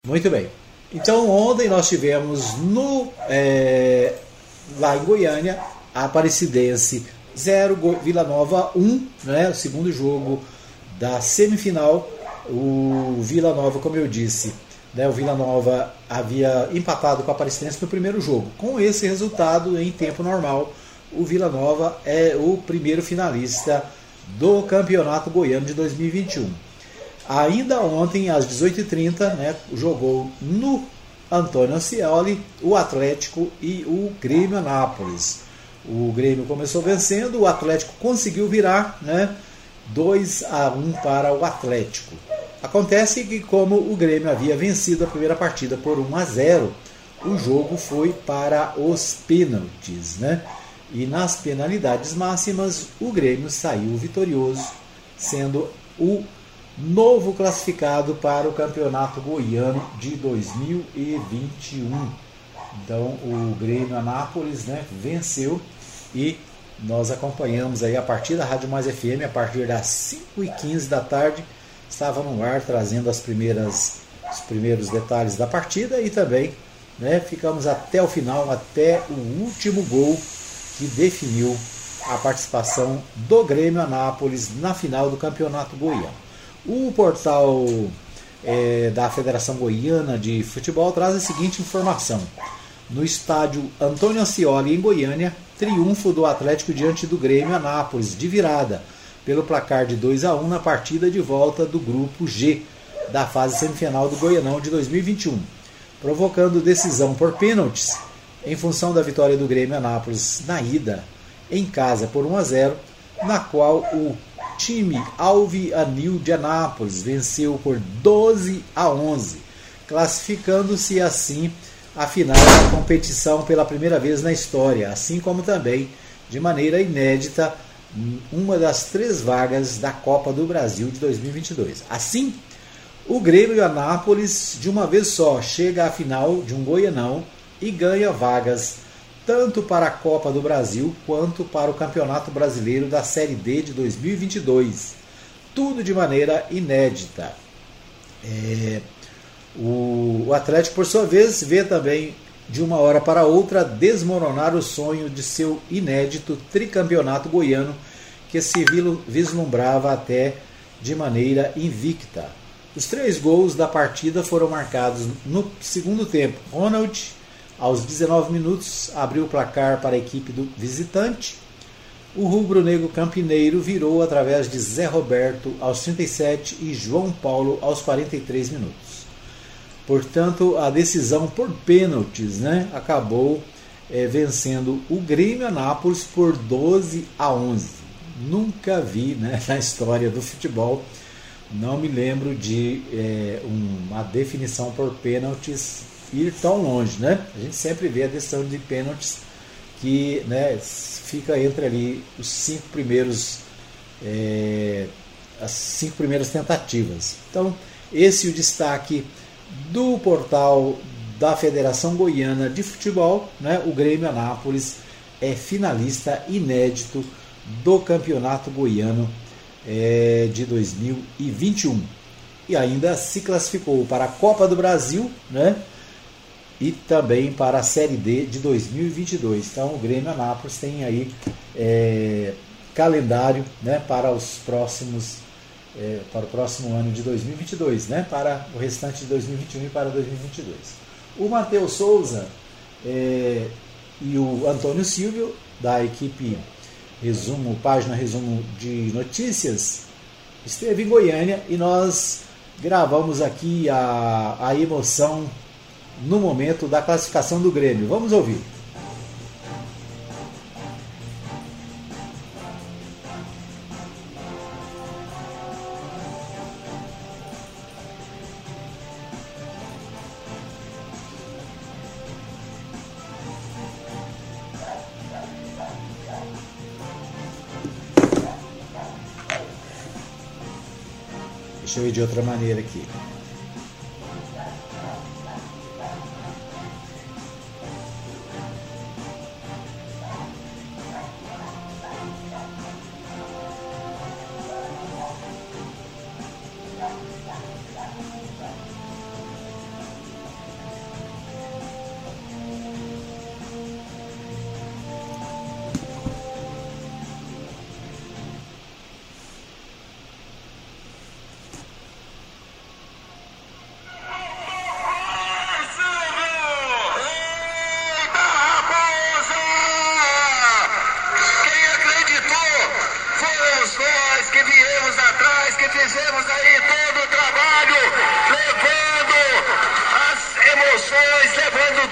Muito bem. Então ontem nós tivemos lá em Goiânia, a Aparecidense 0, Vila Nova 1, né, o segundo jogo da semifinal. O Vila Nova, como eu disse, né, o Vila Nova havia empatado com a Aparecidense no primeiro jogo. Com esse resultado, em tempo normal, o Vila Nova é o primeiro finalista do Campeonato Goiano de 2021. Ainda ontem, às 18h30, né, jogou no Antônio Ascioli o Atlético e o Grêmio Anápolis. O Grêmio começou vencendo, o Atlético conseguiu virar, né, 2-1 para o Atlético. Acontece que, como o Grêmio havia vencido a primeira partida por 1-0, o jogo foi para os pênaltis, né? E nas penalidades máximas, o Grêmio saiu vitorioso, sendo o novo classificado para o Campeonato Goiano de 2021. Então o Grêmio Anápolis, né, venceu, e nós acompanhamos aí a partir da Rádio Mais FM, a partir das 5h15 da tarde, estava no ar trazendo os primeiros detalhes da partida, e também, né, ficamos até o final, até o último gol que definiu a participação do Grêmio Anápolis na final do Campeonato Goiano. O portal da Federação Goiana de Futebol traz a seguinte informação: no estádio Antônio Ascioli, em Goiânia, triunfo do Atlético diante do Grêmio Anápolis, de virada, pelo placar de 2-1 na partida de volta do Grupo G, da fase semifinal do Goianão de 2021, provocando decisão por pênaltis, em função da vitória do Grêmio Anápolis na ida, em casa, por 1-0, na qual o time Alvi Anil de Anápolis venceu por 12-11, classificando-se assim à final da competição pela primeira vez na história, assim como também, de maneira inédita, uma das 3 vagas da Copa do Brasil de 2022. Assim, o Grêmio Anápolis, de uma vez só, chega à final de um Goianão e ganha vagas tanto para a Copa do Brasil quanto para o Campeonato Brasileiro da Série D de 2022. Tudo de maneira inédita. O Atlético, por sua vez, vê também, de uma hora para outra, desmoronar o sonho de seu inédito tricampeonato goiano, que se vislumbrava até de maneira invicta. Os 3 gols da partida foram marcados no segundo tempo. Ronald, aos 19 minutos, abriu o placar para a equipe do visitante. O rubro-negro campineiro virou através de Zé Roberto aos 37 e João Paulo aos 43 minutos. Portanto, a decisão por pênaltis, né, acabou vencendo o Grêmio Anápolis por 12-11. Nunca vi, né, na história do futebol, não me lembro de uma definição por pênaltis ir tão longe, né? A gente sempre vê a decisão de pênaltis que, né, fica entre ali os 5 primeiros, as 5 primeiras tentativas. Então, esse é o destaque do portal da Federação Goiana de Futebol, né? O Grêmio Anápolis é finalista inédito do Campeonato Goiano de 2021 e ainda se classificou para a Copa do Brasil, né? E também para a Série D de 2022. Então o Grêmio Anápolis tem aí calendário, né, para os próximos para o próximo ano de 2022, né, para o restante de 2021 e para 2022. O Matheus Souza e o Antônio Silvio, da equipe Página Resumo de Notícias, esteve em Goiânia e nós gravamos aqui a emoção no momento da classificação do Grêmio. Vamos ouvir. Deixa eu ir de outra maneira aqui.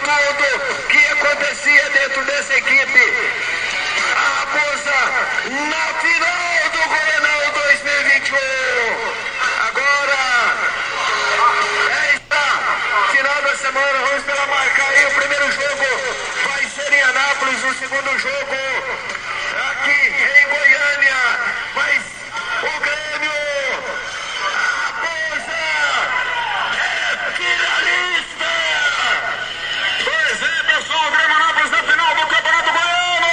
tudo que acontecia dentro dessa equipe. A Raposa na final do Goianão 2021. Agora, final da semana, vamos pela marca aí. O primeiro jogo vai ser em Anápolis, o segundo jogo aqui em Goiânia. Mas o Grêmio, a Raposa é finalista. Pois é, pessoal, o Grêmio Anápolis na final do Campeonato Goiano.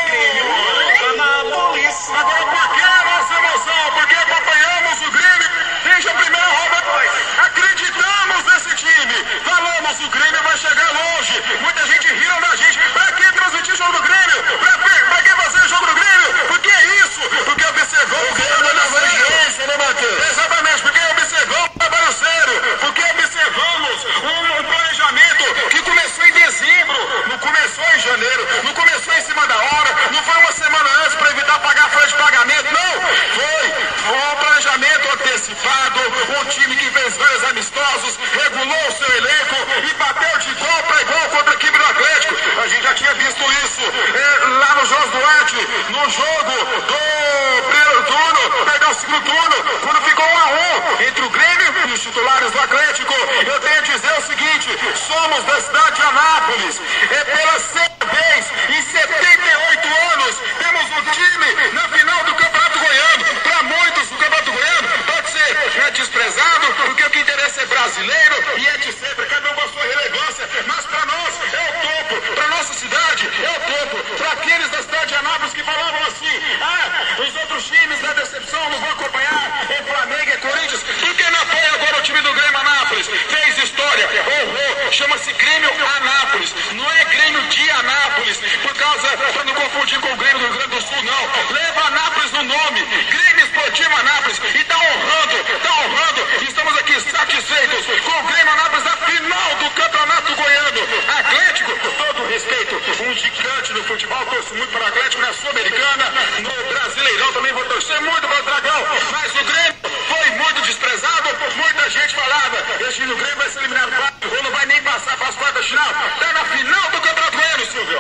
Anápolis. Agora, por que a nossa emoção? Porque acompanhamos o Grêmio desde a primeira rodada. Acreditamos nesse time. Falamos, o Grêmio vai chegar longe. Muita gente riu da gente. Pra que transmitir o jogo do Grêmio? Pra que fazer o jogo do Grêmio? Por que isso? Porque observamos o Grêmio na audiência, né, Matheus? Exatamente, porque observamos o trabalho sério. Porque observamos um planejamento que começou em dezembro, não começou em janeiro, não começou em cima da hora, não foi uma semana antes para evitar pagar a folha de pagamento, não. Foi um planejamento antecipado, um time que fez vários amistosos, regulou o seu elenco e bateu de igual para igual contra a equipe do Atlético. A gente já tinha visto isso lá no José Duarte, no jogo do primeiro turno, perdão, segundo turno, quando ficou 1-1 entre o Grêmio e os titulares do Atlético. Eu tenho a dizer o seguinte: somos da cidade de Anápolis, pela segunda vez em 78 anos, temos um time na final do Campeonato Goiano. Para muitos, o Campeonato Goiano pode ser desprezado, porque o que interessa é brasileiro e é de sempre, cada um com a sua relevância, mas para nós é o topo, para nossa cidade é o topo, para aqueles da cidade de Anápolis que falavam assim: os outros times da decepção não vão acompanhar, é Flamengo, é Corinthians, por que não apoia agora o time do Grêmio Anápolis? Fez história, chama-se Grêmio Anápolis, não é Grêmio de Anápolis, para não confundir com o Grêmio do Rio Grande do Sul, não. Leva Anápolis no nome, Grêmio Esportivo Anápolis, e está honrando, e estamos aqui satisfeitos com o Grêmio Anápolis na final do Campeonato Goiano. Atlético, todo respeito, um gigante do futebol, torço muito para o Atlético na Sul-Americana, no Brasileirão também vou torcer muito para o Dragão, mas o Grêmio foi muito desprezado, muita gente falava, esse time do Grêmio vai ser eliminado ou não vai nem passar para as quartas de final, está na final do Campeonato Goiano, Silvio.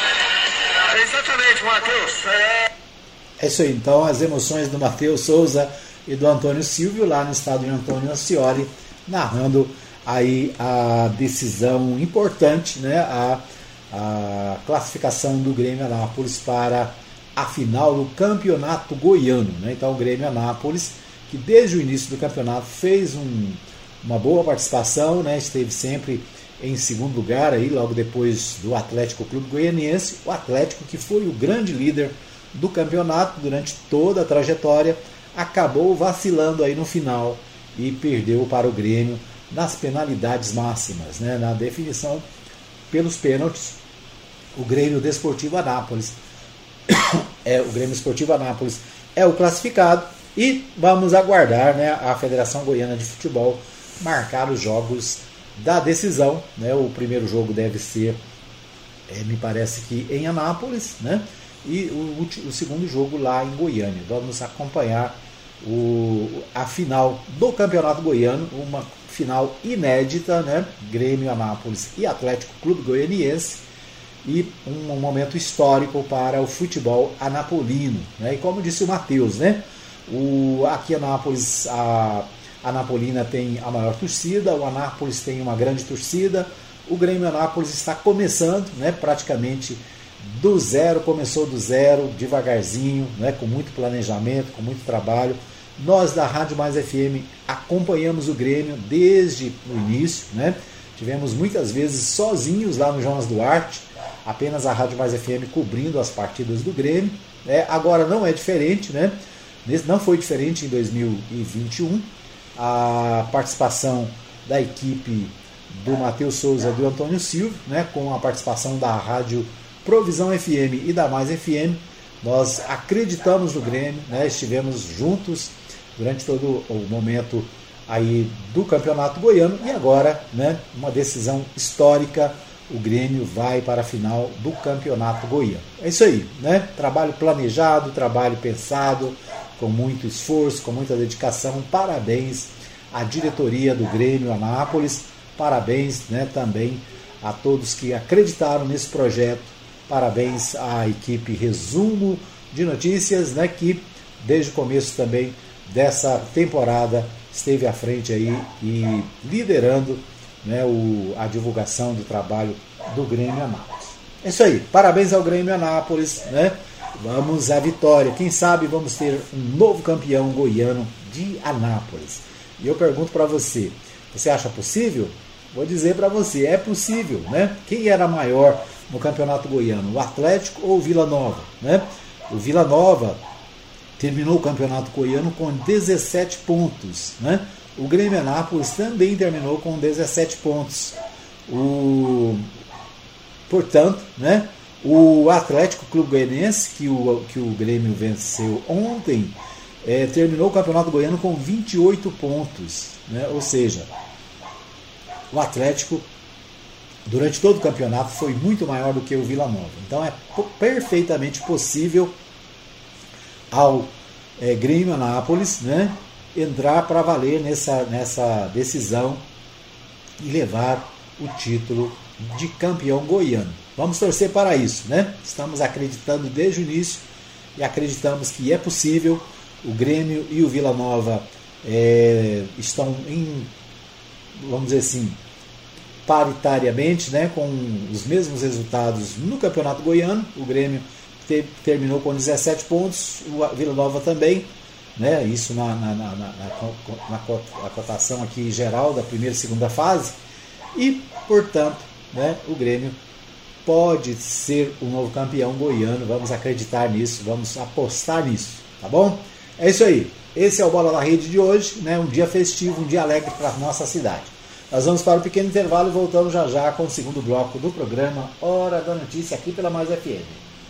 Exatamente, Matheus. É isso aí, então, as emoções do Matheus Souza e do Antônio Silvio lá no estádio Antônio Ascioli, narrando aí a decisão importante, né, a classificação do Grêmio Anápolis para a final do Campeonato Goiano, né? Então o Grêmio Anápolis, que desde o início do campeonato fez uma boa participação, né, esteve sempre em segundo lugar, aí, logo depois do Atlético Clube Goianiense, o Atlético, que foi o grande líder do campeonato durante toda a trajetória, acabou vacilando aí no final e perdeu para o Grêmio nas penalidades máximas, né? Na definição pelos pênaltis. O Grêmio Desportivo Anápolis o Grêmio Esportivo Anápolis é o classificado, e vamos aguardar, né, a Federação Goiana de Futebol marcar os jogos da decisão, né? O primeiro jogo deve ser, me parece que em Anápolis, né? E o segundo jogo lá em Goiânia. Vamos acompanhar a final do Campeonato Goiano, uma final inédita, né? Grêmio Anápolis e Atlético Clube Goianiense, e um momento histórico para o futebol anapolino, né? E como disse o Matheus, né? Aqui em Anápolis, a Anapolina tem a maior torcida, o Anápolis tem uma grande torcida, o Grêmio Anápolis está começando, né, praticamente do zero, começou do zero, devagarzinho, né, com muito planejamento, com muito trabalho. Nós da Rádio Mais FM acompanhamos o Grêmio desde o início, né? Tivemos muitas vezes sozinhos lá no Jonas Duarte, apenas a Rádio Mais FM cobrindo as partidas do Grêmio, né? Agora não é diferente, né? Não foi diferente em 2021. A participação da equipe do Matheus Souza e do Antônio Silva, né, com a participação da Rádio Provisão FM e da Mais FM. Nós acreditamos no Grêmio, né, estivemos juntos durante todo o momento aí do Campeonato Goiano, e agora, né, uma decisão histórica, o Grêmio vai para a final do Campeonato Goiano. É isso aí, né? Trabalho planejado, trabalho pensado, com muito esforço, com muita dedicação. Parabéns à diretoria do Grêmio Anápolis, parabéns, né, também a todos que acreditaram nesse projeto. Parabéns à equipe Resumo de Notícias, né, que desde o começo também dessa temporada esteve à frente aí e liderando, né, a divulgação do trabalho do Grêmio Anápolis. É isso aí, parabéns ao Grêmio Anápolis, né? Vamos à vitória. Quem sabe vamos ter um novo campeão goiano de Anápolis. E eu pergunto para você, você acha possível? Vou dizer para você, é possível, né? Quem era maior no campeonato goiano, o Atlético ou o Vila Nova, né? O Vila Nova terminou o campeonato goiano com 17 pontos, né? O Grêmio Anápolis também terminou com 17 pontos. Portanto, né? O Atlético Clube Goianiense, que o Grêmio venceu ontem, terminou o Campeonato Goiano com 28 pontos. Né? Ou seja, o Atlético, durante todo o campeonato, foi muito maior do que o Vila Nova. Então é perfeitamente possível ao Grêmio Anápolis, né, entrar para valer nessa decisão e levar o título de campeão goiano. Vamos torcer para isso, né? Estamos acreditando desde o início e acreditamos que é possível. O Grêmio e o Vila Nova estão vamos dizer assim, paritariamente, né, com os mesmos resultados no Campeonato Goiano. O Grêmio terminou com 17 pontos, o Vila Nova também, né? Isso na cotação aqui geral da primeira e segunda fase. E, portanto, né, o Grêmio pode ser o novo campeão goiano. Vamos acreditar nisso, vamos apostar nisso, tá bom? É isso aí. Esse é o Bola na Rede de hoje, né? Um dia festivo, um dia alegre para a nossa cidade. Nós vamos para um pequeno intervalo e voltamos já com o segundo bloco do programa Hora da Notícia aqui pela Mais FM.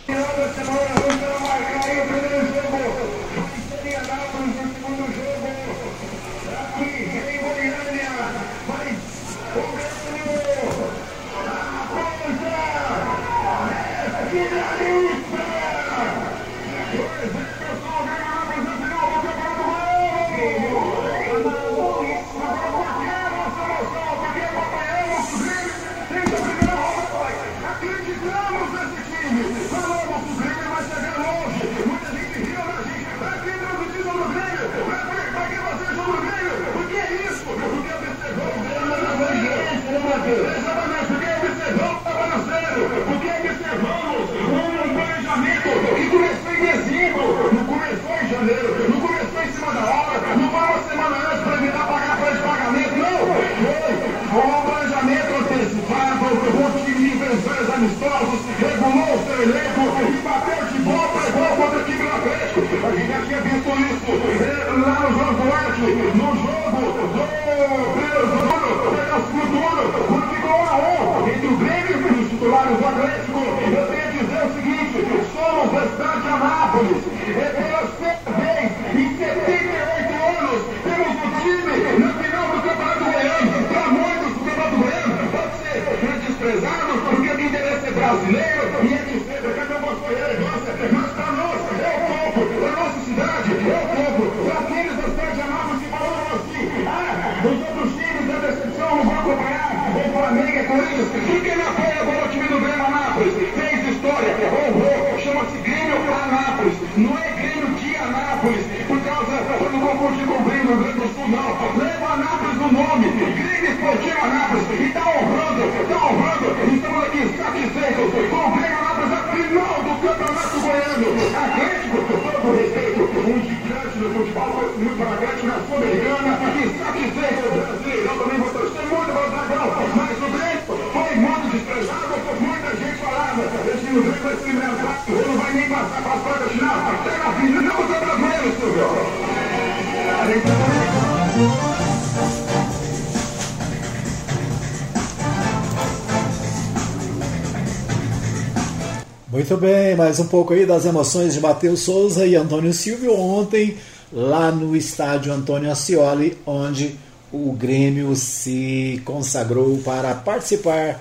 Muito bem, mais um pouco aí das emoções de Matheus Souza e Antônio Silvio ontem, lá no estádio Antônio Ascioli, onde o Grêmio se consagrou para participar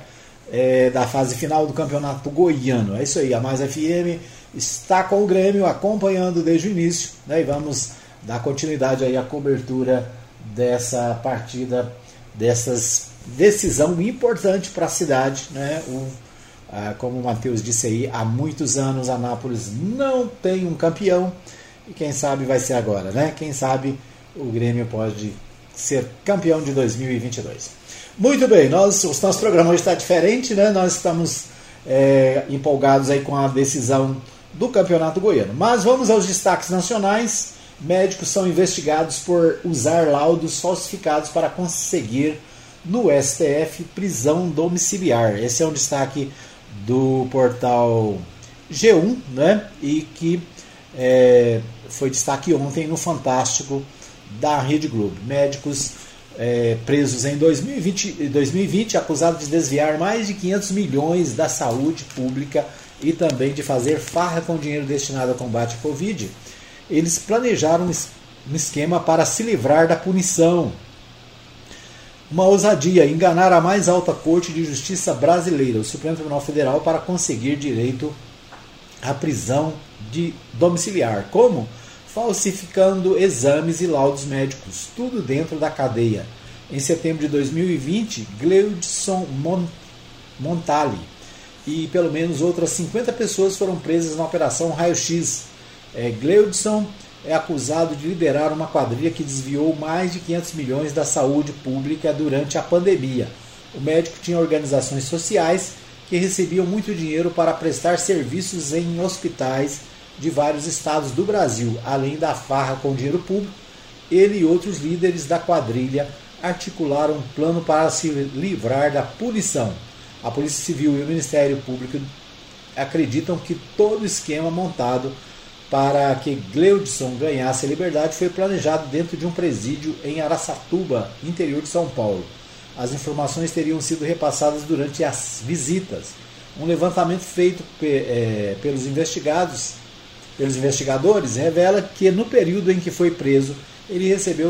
da fase final do Campeonato Goiano. É isso aí, a Mais FM está com o Grêmio acompanhando desde o início, né, e vamos dar continuidade aí à cobertura dessa partida, dessas decisão importante para a cidade, né? Como o Matheus disse aí, há muitos anos Anápolis não tem um campeão e quem sabe vai ser agora, né? Quem sabe o Grêmio pode ser campeão de 2022. Muito bem, o nosso programa hoje está diferente, né? Nós estamos empolgados aí com a decisão do Campeonato Goiano. Mas vamos aos destaques nacionais. Médicos são investigados por usar laudos falsificados para conseguir no STF prisão domiciliar. Esse é um destaque do portal G1, né? E que foi destaque ontem no Fantástico da Rede Globo. Médicos presos em 2020, acusados de desviar mais de 500 milhões da saúde pública e também de fazer farra com dinheiro destinado ao combate à Covid. Eles planejaram um esquema para se livrar da punição. Uma ousadia, enganar a mais alta corte de justiça brasileira, o Supremo Tribunal Federal, para conseguir direito à prisão domiciliar. Como? Falsificando exames e laudos médicos, tudo dentro da cadeia. Em setembro de 2020, Gleudson Montali e pelo menos outras 50 pessoas foram presas na Operação Raio-X. Gleudson é acusado de liderar uma quadrilha que desviou mais de 500 milhões da saúde pública durante a pandemia. O médico tinha organizações sociais que recebiam muito dinheiro para prestar serviços em hospitais de vários estados do Brasil. Além da farra com dinheiro público, ele e outros líderes da quadrilha articularam um plano para se livrar da punição. A Polícia Civil e o Ministério Público acreditam que todo o esquema montado para que Gleudson ganhasse a liberdade foi planejado dentro de um presídio em Araçatuba, interior de São Paulo. As informações teriam sido repassadas durante as visitas. Um levantamento feito pelos investigadores revela que no período em que foi preso, ele recebeu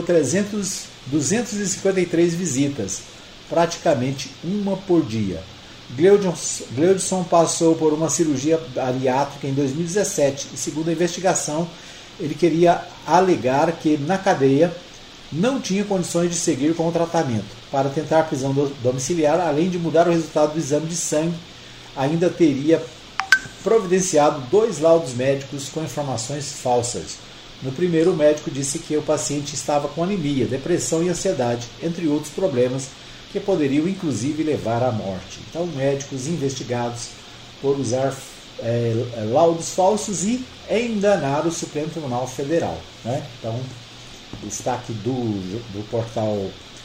253 visitas, praticamente uma por dia. Gleudson passou por uma cirurgia bariátrica em 2017 e, segundo a investigação, ele queria alegar que na cadeia não tinha condições de seguir com o tratamento. Para tentar prisão domiciliar, além de mudar o resultado do exame de sangue, ainda teria providenciado 2 laudos médicos com informações falsas. No primeiro, o médico disse que o paciente estava com anemia, depressão e ansiedade, entre outros problemas que poderiam inclusive levar à morte. Então, médicos investigados por usar laudos falsos e enganar o Supremo Tribunal Federal, né? Então, destaque do portal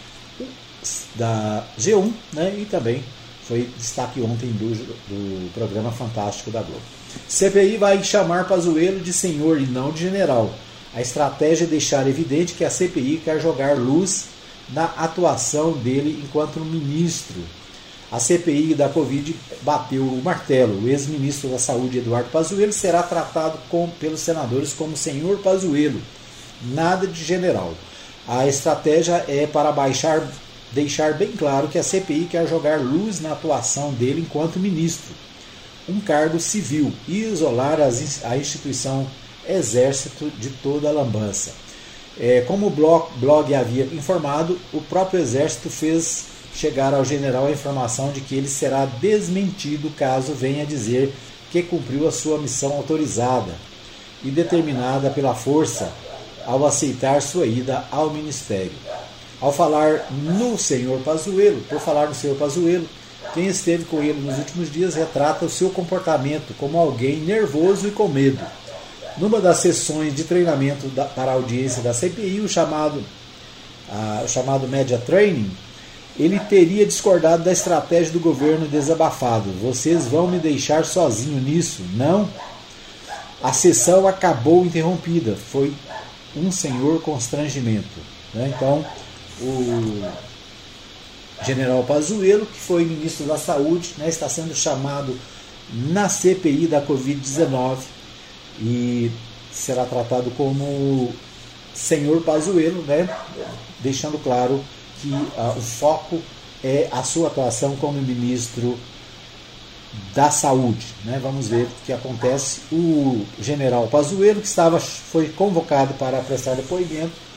da G1, né? E também foi destaque ontem do programa Fantástico da Globo. CPI vai chamar Pazuello de senhor e não de general. A estratégia é deixar evidente que a CPI quer jogar luz na atuação dele enquanto ministro. A CPI da Covid bateu o martelo. O ex-ministro da Saúde, Eduardo Pazuello, será tratado pelos senadores como senhor Pazuello, nada de general. A estratégia é para deixar bem claro que a CPI quer jogar luz na atuação dele enquanto ministro, um cargo civil, e isolar a instituição Exército de toda a lambança. Como o blog havia informado, o próprio Exército fez chegar ao general a informação de que ele será desmentido caso venha dizer que cumpriu a sua missão autorizada e determinada pela força ao aceitar sua ida ao ministério. Ao falar no senhor Pazuello, quem esteve com ele nos últimos dias retrata o seu comportamento como alguém nervoso e com medo. Numa das sessões de treinamento para a audiência da CPI, o chamado Media Training, ele teria discordado da estratégia do governo desabafado. Vocês vão me deixar sozinho nisso? Não? A sessão acabou interrompida. Foi um senhor constrangimento, né? Então, o general Pazuello, que foi ministro da Saúde, né, está sendo chamado na CPI da Covid-19 e será tratado como senhor Pazuello, né, deixando claro que o foco é a sua atuação como ministro da Saúde, né? Vamos ver o que acontece. O general Pazuello, que foi convocado para prestar depoimento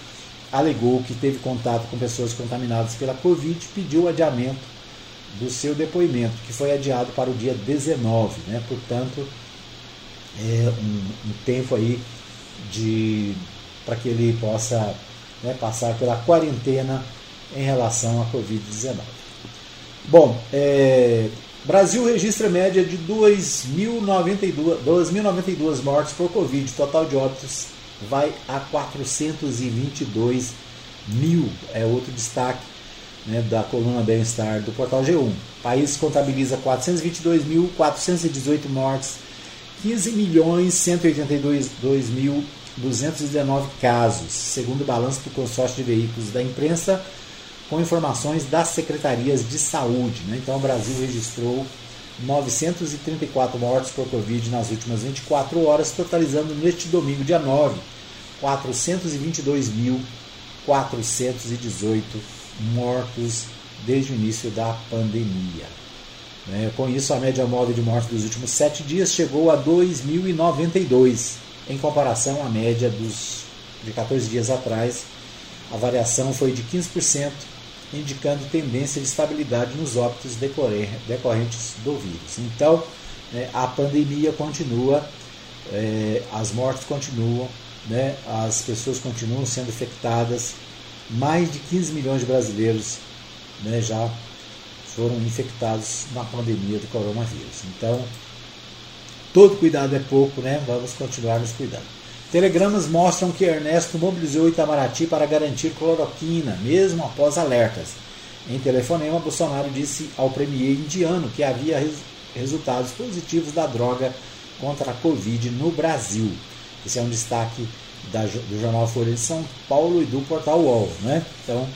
alegou que teve contato com pessoas contaminadas pela Covid e pediu o adiamento do seu depoimento, que foi adiado para o dia 19, né? Portanto, é um tempo aí para que ele possa, né, passar pela quarentena em relação à Covid-19. Bom, Brasil registra média de 2.092 mortes por Covid, total de óbitos vai a 422 mil, é outro destaque, né, da coluna Bem-Estar do portal G1. O país contabiliza 422.418 mortes, 15.182.219 casos, segundo o balanço do consórcio de veículos da imprensa, com informações das secretarias de saúde, né? Então o Brasil registrou 934 mortes por Covid nas últimas 24 horas, totalizando neste domingo, dia 9, 422.418 mortos desde o início da pandemia. Com isso, a média móvel de mortes dos últimos 7 dias chegou a 2.092, em comparação à média de 14 dias atrás. A variação foi de 15%, indicando tendência de estabilidade nos óbitos decorrentes do vírus. Então, a pandemia continua, as mortes continuam, né, as pessoas continuam sendo infectadas. Mais de 15 milhões de brasileiros, né, já foram infectados na pandemia do coronavírus. Então, todo cuidado é pouco, né? Vamos continuar nos cuidando. Telegramas mostram que Ernesto mobilizou Itamaraty para garantir cloroquina, mesmo após alertas. Em telefonema, Bolsonaro disse ao premier indiano que havia resultados positivos da droga contra a Covid no Brasil. Esse é um destaque do jornal Folha de São Paulo e do portal UOL, né? Então,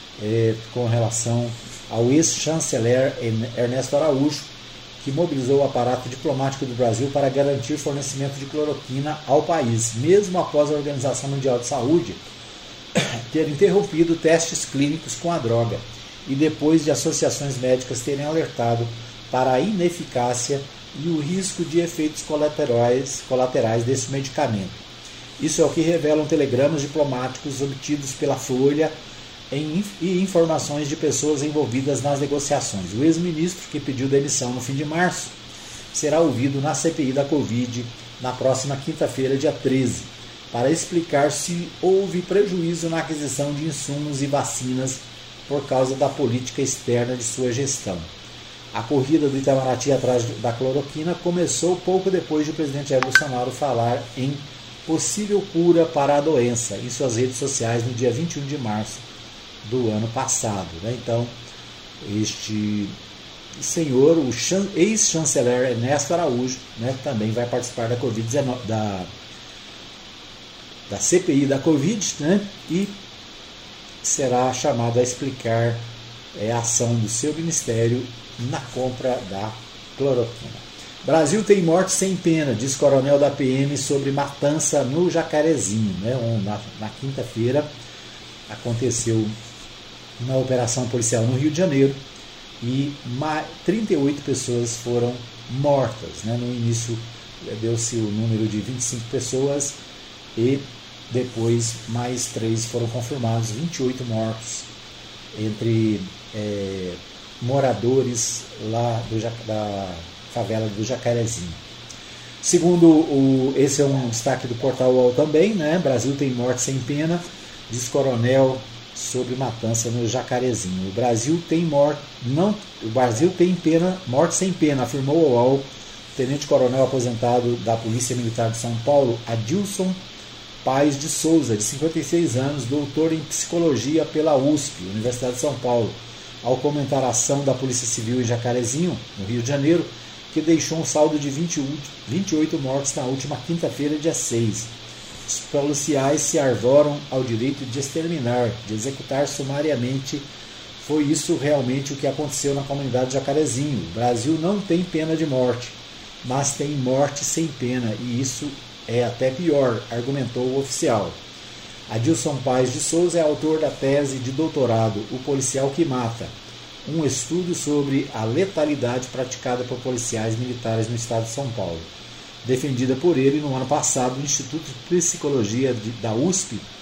com relação ao ex-chanceler Ernesto Araújo, que mobilizou o aparato diplomático do Brasil para garantir fornecimento de cloroquina ao país, mesmo após a Organização Mundial de Saúde ter interrompido testes clínicos com a droga e depois de associações médicas terem alertado para a ineficácia e o risco de efeitos colaterais desse medicamento. Isso é o que revelam telegramas diplomáticos obtidos pela Folha e informações de pessoas envolvidas nas negociações. O ex-ministro, que pediu demissão no fim de março, será ouvido na CPI da Covid na próxima quinta-feira, dia 13, para explicar se houve prejuízo na aquisição de insumos e vacinas por causa da política externa de sua gestão. A corrida do Itamaraty atrás da cloroquina começou pouco depois de o presidente Jair Bolsonaro falar em possível cura para a doença em suas redes sociais no dia 21 de março do ano passado, né? Então, este senhor, o ex-chanceler Ernesto Araújo, né, também vai participar da Covid-19, da CPI da Covid, né, e será chamado a explicar a ação do seu ministério na compra da cloroquina. Brasil tem morte sem pena, diz coronel da PM sobre matança no Jacarezinho, né? Na quinta-feira aconteceu uma operação policial no Rio de Janeiro e 38 pessoas foram mortas, né? No início deu-se o número de 25 pessoas e depois mais 3 foram confirmados, 28 mortos entre moradores lá da favela do Jacarezinho. Segundo esse é um destaque do portal UOL também, né? Brasil tem morte sem pena, diz coronel sobre matança no Jacarezinho. O Brasil tem morte sem pena, afirmou o UOL, tenente-coronel aposentado da Polícia Militar de São Paulo, Adilson Paes de Souza, de 56 anos, doutor em psicologia pela USP, Universidade de São Paulo, ao comentar a ação da Polícia Civil em Jacarezinho, no Rio de Janeiro, que deixou um saldo de 28 mortos na última quinta-feira, dia 6. Os policiais se arvoram ao direito de exterminar, de executar sumariamente. Foi isso realmente o que aconteceu na comunidade de Jacarezinho. O Brasil não tem pena de morte, mas tem morte sem pena, e isso é até pior, argumentou o oficial. Adilson Paes de Souza é autor da tese de doutorado O Policial que Mata, um estudo sobre a letalidade praticada por policiais militares no estado de São Paulo. Defendida por ele no ano passado, o Instituto de Psicologia da USP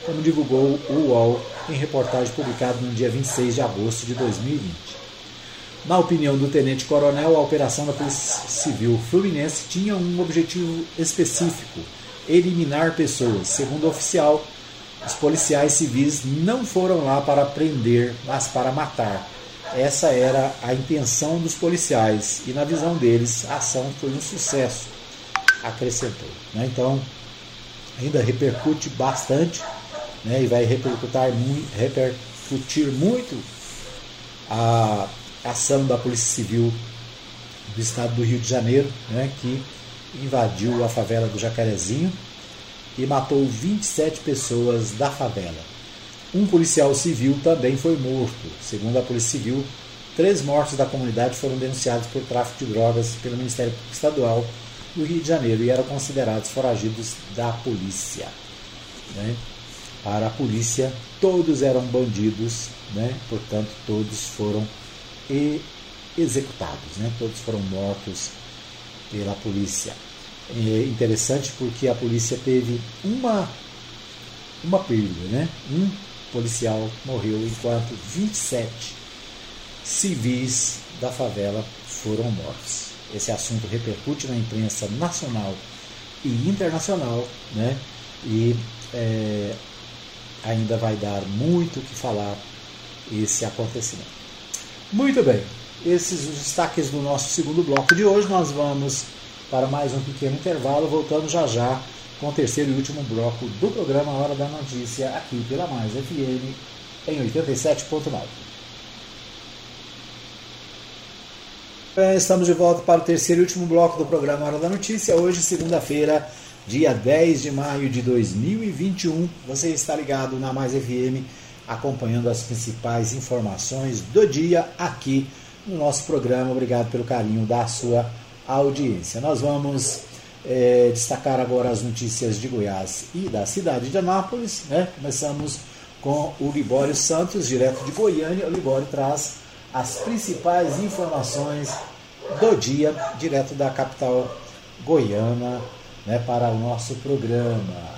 como divulgou o UOL em reportagem publicada no dia 26 de agosto de 2020. Na opinião do tenente-coronel, a operação da Polícia Civil Fluminense tinha um objetivo específico: eliminar pessoas. Segundo o oficial, os policiais civis não foram lá para prender, mas para matar. Essa era a intenção dos policiais e, na visão deles, a ação foi um sucesso, acrescentou. Então, ainda repercute bastante, e vai repercutir muito a ação da Polícia Civil do Estado do Rio de Janeiro, que invadiu a favela do Jacarezinho e matou 27 pessoas da favela. Um policial civil também foi morto. Segundo a Polícia Civil, 3 mortos da comunidade foram denunciados por tráfico de drogas pelo Ministério Estadual do Rio de Janeiro e eram considerados foragidos da polícia. Para a polícia, todos eram bandidos, portanto, todos foram executados, todos foram mortos pela polícia. É interessante porque a polícia teve uma perda, um policial morreu enquanto 27 civis da favela foram mortos. Esse assunto repercute na imprensa nacional e internacional, e ainda vai dar muito o que falar esse acontecimento. Muito bem, esses os destaques do nosso segundo bloco de hoje. Nós vamos para mais um pequeno intervalo, voltando já com o terceiro e último bloco do programa Hora da Notícia, aqui pela Mais FM, em 87.9. Estamos de volta para o terceiro e último bloco do programa Hora da Notícia, hoje, segunda-feira, dia 10 de maio de 2021. Você está ligado na Mais FM, acompanhando as principais informações do dia aqui no nosso programa. Obrigado pelo carinho da sua audiência. Nós vamos destacar agora as notícias de Goiás e da cidade de Anápolis. Começamos com o Libório Santos, direto de Goiânia. O Libório traz as principais informações do dia, direto da capital goiana, para o nosso programa.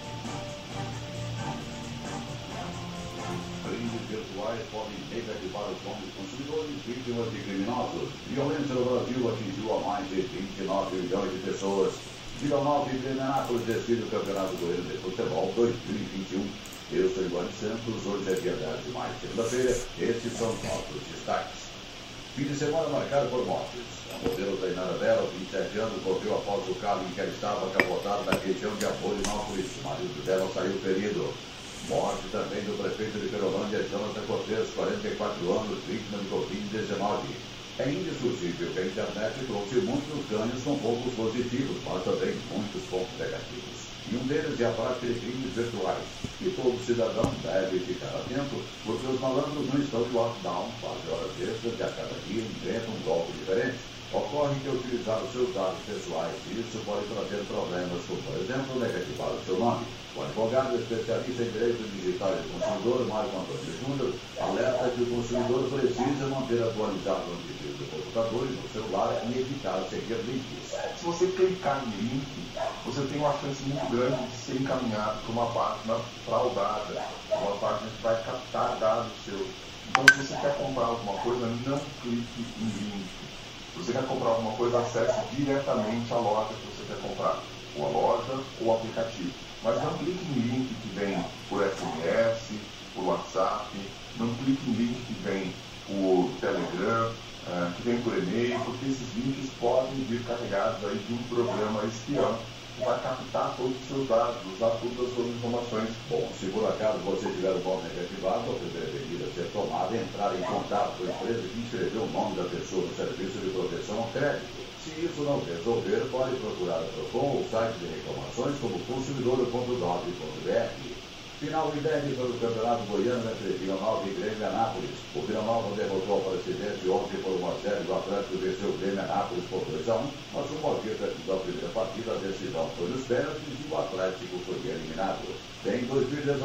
Vítimas de criminosos. Violência no Brasil atingiu a mais de 29 milhões de pessoas. Vila Nova e Anápolis decide o Campeonato Goiano de Futebol 2021. Eu sou Libório Santos, hoje é dia 10 de maio, segunda-feira. Estes são os nossos destaques. Fim de semana marcado por mortes. A modelo da Inarabela, 27 anos, morreu após o carro em que ela estava capotado na região de Anápolis. O marido dela saiu ferido. Morte também do prefeito de Perolândia, Jonathan Cortez, 44 anos, vítima de Covid-19. É indiscutível que a internet trouxe muitos ganhos com pontos positivos, mas também muitos pontos negativos. E um deles é a prática de crimes virtuais. E todo cidadão deve ficar atento, porque os malandros não estão de lockdown, fazem horas extras e a cada dia inventam um golpe diferente. Ocorre que utilizar os seus dados pessoais, isso pode trazer problemas, como, por exemplo, negativar o seu nome. O advogado especialista em direitos digitais do consumidor, Marco Antônio Júnior, alerta que o consumidor precisa manter atualizado o antivírus do computador e do celular e evitar seguir links. Se você clicar em link, você tem uma chance muito grande de ser encaminhado para uma página fraudada, uma página que vai captar dados seus. Então, se você quer comprar alguma coisa, não clique em link. Se você quer comprar alguma coisa, acesse diretamente a loja que você quer comprar, ou a loja ou o aplicativo. Mas não clique em link que vem por SMS, por WhatsApp, não clique em link que vem por Telegram, que vem por e-mail, porque esses links podem vir carregados aí de um programa espião que vai captar todos os seus dados, usar todas as suas informações. Bom, se por acaso você tiver o nome negativado, você deveria ser tomado e entrar em contato com a empresa que inscreveu o nome da pessoa no Serviço de Proteção ao Crédito. Se isso não resolver, pode procurar o PROCON ou o site de reclamações como consumidor.gov.br. Final inédito do Campeonato Goiano entre Vila Nova e Grêmio Anápolis. O Vila Nova derrotou a Aparecidense ontem por 1-0 e o Atlético venceu o Grêmio Anápolis por 2-1, mas o Moqueta da primeira partida, a decisão foi nos pênaltis e o Atlético foi eliminado. Em 2019,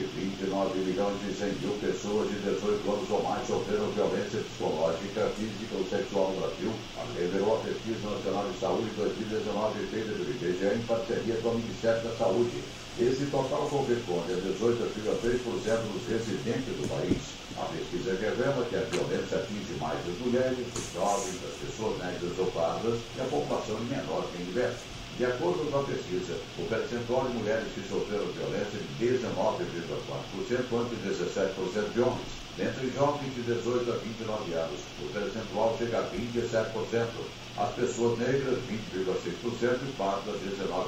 29 milhões e 100 mil pessoas de 18 anos ou mais sofreram violência psicológica, física ou sexual no Brasil, revelou a Pesquisa Nacional de Saúde 2019 feita pelo IBGE em parceria com o Ministério da Saúde. Esse total corresponde a 18,3% dos residentes do país. A pesquisa revela que a violência atinge mais as mulheres, os jovens, as pessoas negras ou pardas e a população de menor rendimento. De acordo com a pesquisa, o percentual de mulheres que sofreram violência é de 19,4% ante 17% de homens. Dentre jovens de 18 a 29 anos, o percentual chega a 27%. As pessoas negras, 20,6%, e pardas,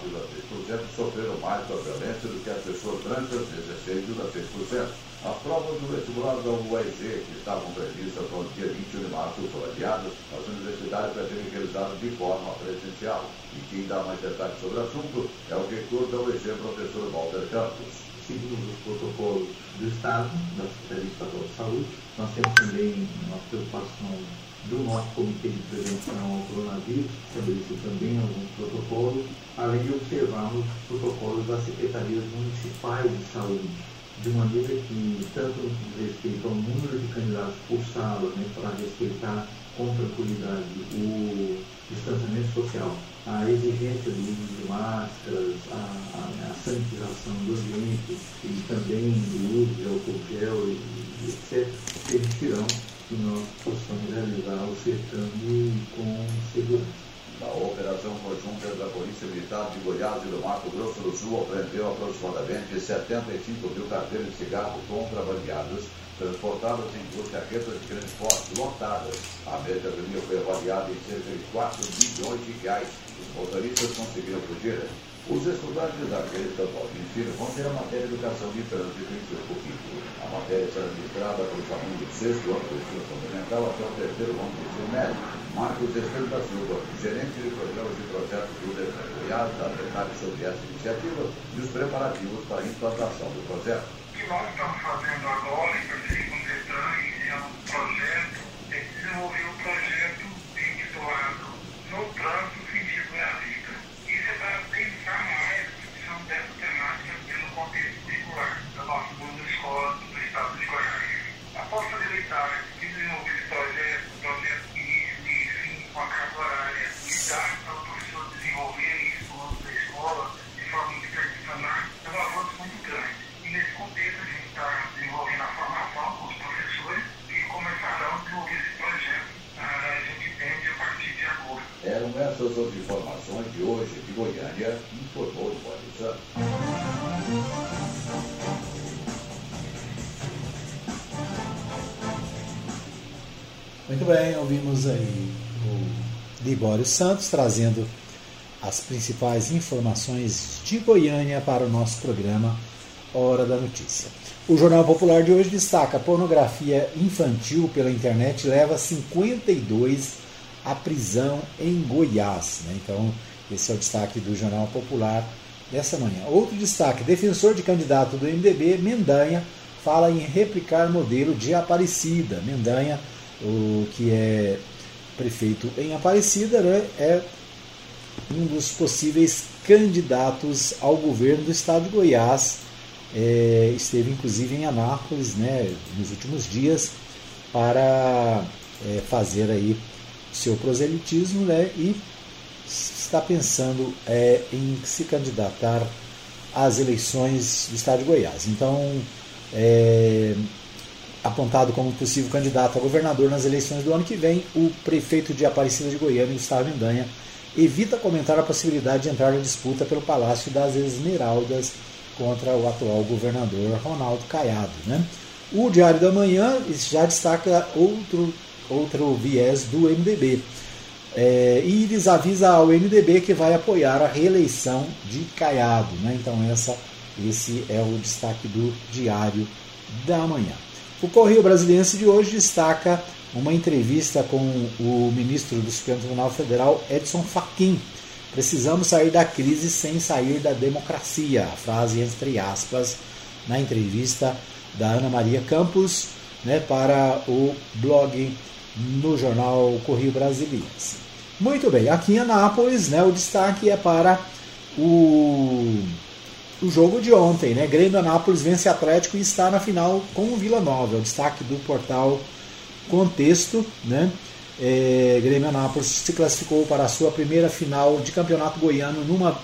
19,6%, sofreram mais com a violência do que as pessoas brancas, 16,6%. As provas do vestibular da UEG, que estavam previstas para o dia 21 de março, foram adiadas. As universidades pretendem realizadas de forma presencial. E quem dá mais detalhes sobre o assunto é o reitor da UEG, professor Walter Campos. Segundo os protocolos do Estado, da Secretaria Estadual de Saúde, nós temos também uma preocupação do nosso Comitê de Prevenção ao Coronavírus, estabelecido também alguns protocolos, além de observarmos os protocolos das Secretarias Municipais de Saúde, de maneira que, tanto no que diz respeito ao número de candidatos por sala, né, para respeitar com tranquilidade o distanciamento social, a exigência do uso de máscaras, a sanitização do ambiente e também o uso de álcool gel e etc., permitirão que nós possamos realizar o certame com segurança. A operação conjunta da Polícia Militar de Goiás e do Mato Grosso do Sul apreendeu aproximadamente 75 mil carteiras de cigarro contrabandeadas, transportadas em 2 carretas de grande porte, lotadas. A mercadoria foi avaliada em cerca de 4 bilhões de reais. Os motoristas conseguiram fugir. Os estudantes da rede estadual de ensino vão ter a matéria de educação de trânsito em seu currículo. A matéria será ministrada para os alunos do 6º ano do ensino fundamental até o 3º ano do ensino médio. Marcos Estevam da Silva, gerente de programas e projetos do Detran Goiás, dá detalhes sobre essa iniciativa e os preparativos para a implantação do projeto. O que nós estamos fazendo agora, em parceria com o Detran, iniciando um projeto, é desenvolver um projeto intitulado No Trânsito Sentido Minha Vida. Isso é para pensar mais a discussão dessa temática pelo contexto curricular da nossa escola do estado de Goiás. Após facilitar e desenvolver esse projeto que inicia com a carga horária e dá para o professor desenvolver isso no âmbito da escola de forma interdisciplinar, é um avanço muito grande. E nesse contexto a gente está desenvolvendo a formação com os professores e começarão a desenvolver esse projeto. A gente entende a partir de agosto. Eram essas as informações de hoje de Goiânia, informou o Boris Santos. Muito bem, ouvimos aí o Libório Santos trazendo as principais informações de Goiânia para o nosso programa Hora da Notícia. O Jornal Popular de hoje destaca: pornografia infantil pela internet leva 52 à prisão em Goiás. Então, esse é o destaque do Jornal Popular dessa manhã. Outro destaque: defensor de candidato do MDB, Mendanha, fala em replicar modelo de Aparecida. Mendanha, o que é prefeito em Aparecida, né, é um dos possíveis candidatos ao governo do estado de Goiás. Esteve inclusive em Anápolis, né, nos últimos dias para fazer aí seu proselitismo, né, e está pensando em se candidatar às eleições do estado de Goiás. Então, apontado como possível candidato a governador nas eleições do ano que vem, o prefeito de Aparecida de Goiânia, Gustavo Mendanha, evita comentar a possibilidade de entrar na disputa pelo Palácio das Esmeraldas contra o atual governador Ronaldo Caiado, né? O Diário da Manhã já destaca outro viés do MDB. E eles avisam ao MDB que vai apoiar a reeleição de Caiado, né? Então esse é o destaque do Diário da Manhã. O Correio Brasiliense de hoje destaca uma entrevista com o ministro do Supremo Tribunal Federal, Edson Fachin. Precisamos sair da crise sem sair da democracia. A frase entre aspas na entrevista da Ana Maria Campos, né, para o blog no jornal Correio Brasiliense. Muito bem, aqui em Anápolis, né, o destaque é para o jogo de ontem, né? Grêmio Anápolis vence Atlético e está na final com o Vila Nova. É o destaque do portal Contexto, né? Grêmio Anápolis se classificou para a sua primeira final de campeonato goiano numa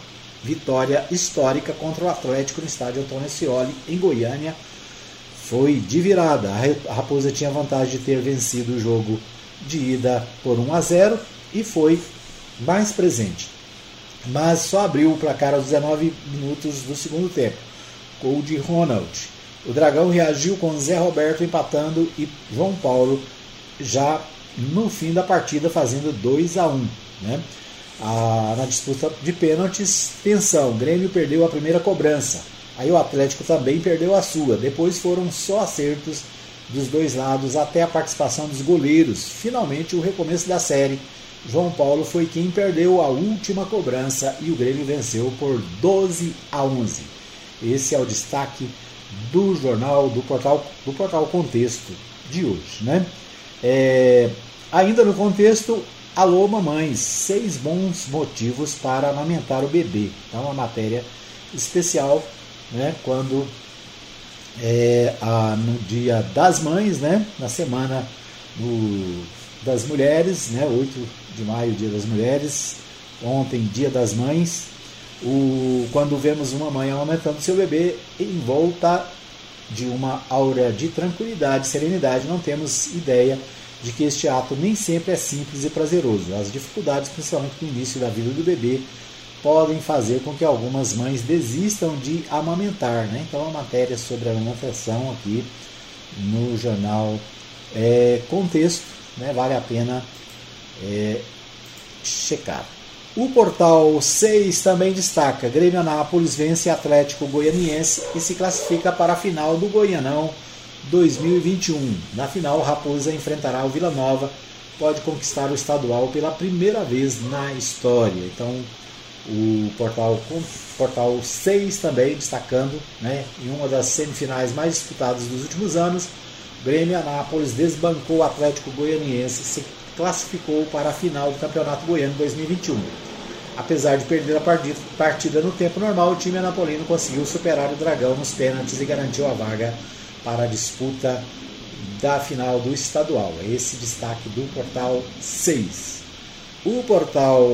vitória histórica contra o Atlético no estádio Antônio Ascioli, em Goiânia. Foi de virada. A Raposa tinha vantagem de ter vencido o jogo de ida por 1-0 e foi mais presente. Mas só abriu o placar aos 19 minutos do segundo tempo. Gol de Ronald. O Dragão reagiu com Zé Roberto empatando e João Paulo já no fim da partida fazendo 2-1. Né? Na disputa de pênaltis, tensão. O Grêmio perdeu a primeira cobrança. Aí o Atlético também perdeu a sua. Depois foram só acertos dos dois lados até a participação dos goleiros. Finalmente o recomeço da série. João Paulo foi quem perdeu a última cobrança e o Grêmio venceu por 12-11. Esse é o destaque do jornal, do portal Contexto de hoje. Né? Ainda no Contexto, alô mamães, 6 bons motivos para amamentar o bebê. Então uma matéria especial, né, quando no dia das mães, né, na semana das mulheres, né, 8 de maio, dia das mulheres, ontem, dia das mães, quando vemos uma mãe amamentando seu bebê em volta de uma aura de tranquilidade, serenidade, não temos ideia de que este ato nem sempre é simples e prazeroso. As dificuldades, principalmente no início da vida do bebê, podem fazer com que algumas mães desistam de amamentar. Né? Então, a matéria sobre a amamentação aqui no jornal Contexto, né? Vale a pena checar. O portal 6 também destaca: Grêmio Anápolis vence Atlético Goianiense e se classifica para a final do Goianão 2021. Na final, Raposa enfrentará o Vila Nova, pode conquistar o estadual pela primeira vez na história. Então, o portal 6 também destacando, né, em uma das semifinais mais disputadas dos últimos anos, Grêmio Anápolis desbancou o Atlético Goianiense e se classificou para a final do Campeonato Goiano 2021. Apesar de perder a partida no tempo normal, o time anapolino conseguiu superar o Dragão nos pênaltis e garantiu a vaga para a disputa da final do estadual. Esse destaque do portal 6. O portal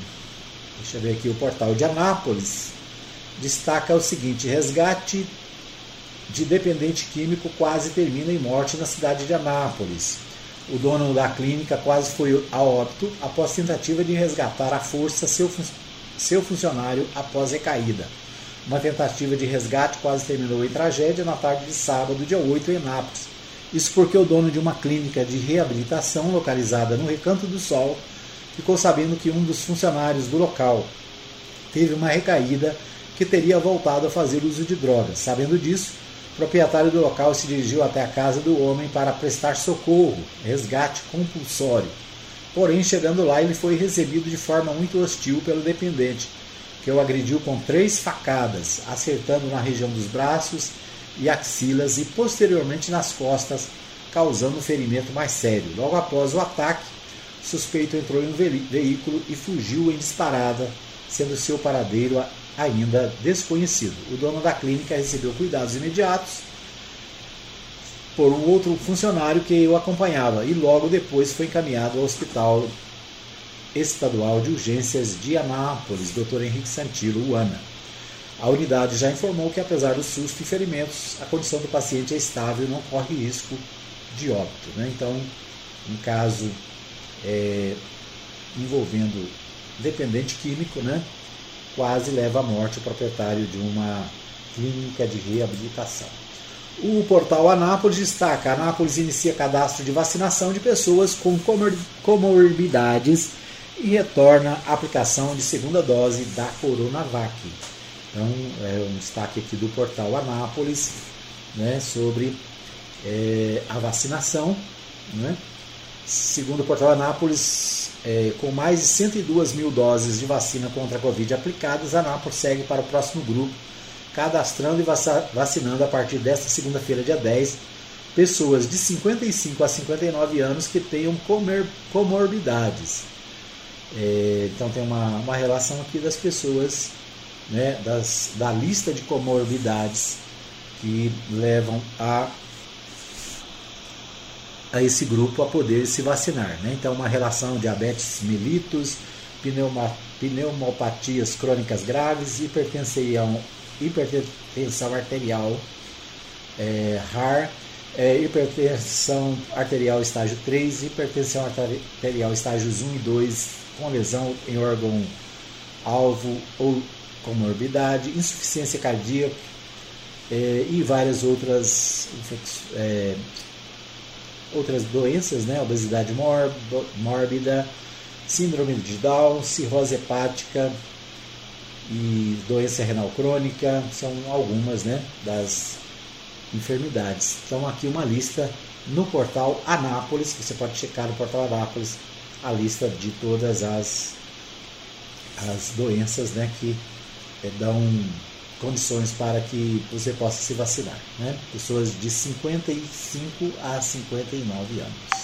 de Anápolis destaca o seguinte: resgate de dependente químico quase termina em morte na cidade de Anápolis. O dono da clínica quase foi a óbito após tentativa de resgatar à força seu funcionário após recaída. Uma tentativa de resgate quase terminou em tragédia na tarde de sábado, dia 8, em Anápolis. Isso porque o dono de uma clínica de reabilitação localizada no Recanto do Sol ficou sabendo que um dos funcionários do local teve uma recaída que teria voltado a fazer uso de drogas. Sabendo disso, o proprietário do local se dirigiu até a casa do homem para prestar socorro, resgate compulsório. Porém, chegando lá, ele foi recebido de forma muito hostil pelo dependente, que o agrediu com 3 facadas, acertando na região dos braços e axilas e posteriormente nas costas, causando um ferimento mais sério. Logo após o ataque, o suspeito entrou em um veículo e fugiu em disparada, sendo seu paradeiro ainda desconhecido. O dono da clínica recebeu cuidados imediatos por um outro funcionário que o acompanhava e logo depois foi encaminhado ao Hospital Estadual de Urgências de Anápolis, Dr. Henrique Santilo, UANA. A unidade já informou que, apesar do susto e ferimentos, a condição do paciente é estável e não corre risco de óbito. Né? Então, um caso envolvendo dependente químico, né? Quase leva à morte o proprietário de uma clínica de reabilitação. O portal Anápolis destaca: Anápolis inicia cadastro de vacinação de pessoas com comorbidades e retorna a aplicação de segunda dose da Coronavac. Então, é um destaque aqui do portal Anápolis, né, sobre a vacinação. Né? Segundo o portal Anápolis, com mais de 102 mil doses de vacina contra a Covid aplicadas, a Anápolis segue para o próximo grupo, cadastrando e vacinando a partir desta segunda-feira, dia 10, pessoas de 55 a 59 anos que tenham comorbidades. Então tem uma relação aqui das pessoas, né, da lista de comorbidades que levam a esse grupo a poder se vacinar. Né? Então uma relação diabetes mellitus, pneumopatias crônicas graves, hipertensão arterial HAR, hipertensão arterial estágio 3, hipertensão arterial estágios 1 e 2, com lesão em órgão-alvo ou comorbidade, insuficiência cardíaca e várias outras doenças, né? Obesidade mórbida, síndrome de Down, cirrose hepática e doença renal crônica, são algumas, né, das enfermidades. Então aqui uma lista no portal Anápolis, você pode checar no portal Anápolis a lista de todas as doenças, né, que dão condições para que você possa se vacinar, né? Pessoas de 55 a 59 anos.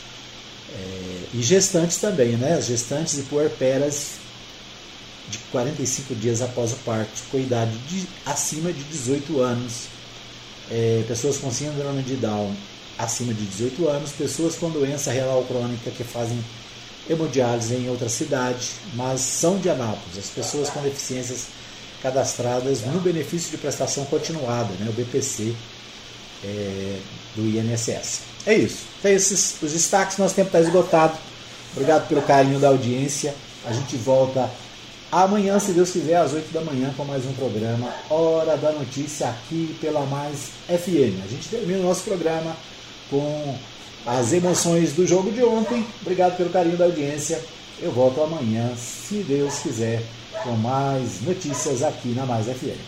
E gestantes também, né? As gestantes e puerperas de 45 dias após o parto, com idade acima de 18 anos, pessoas com síndrome de Down acima de 18 anos, pessoas com doença renal crônica que fazem hemodiálise em outra cidade, mas são de Anápolis, as pessoas com deficiências cadastradas no benefício de prestação continuada, né, o BPC do INSS. É isso. Então, esses os destaques, nosso tempo está esgotado. Obrigado pelo carinho da audiência. A gente volta amanhã, se Deus quiser, às 8 da manhã, com mais um programa Hora da Notícia, aqui pela Mais FM. A gente termina o nosso programa com as emoções do jogo de ontem. Obrigado pelo carinho da audiência. Eu volto amanhã, se Deus quiser, com mais notícias aqui na Mais FM.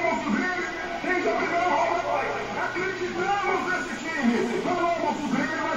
Acreditamos nesse time! Vamos, Grêmio!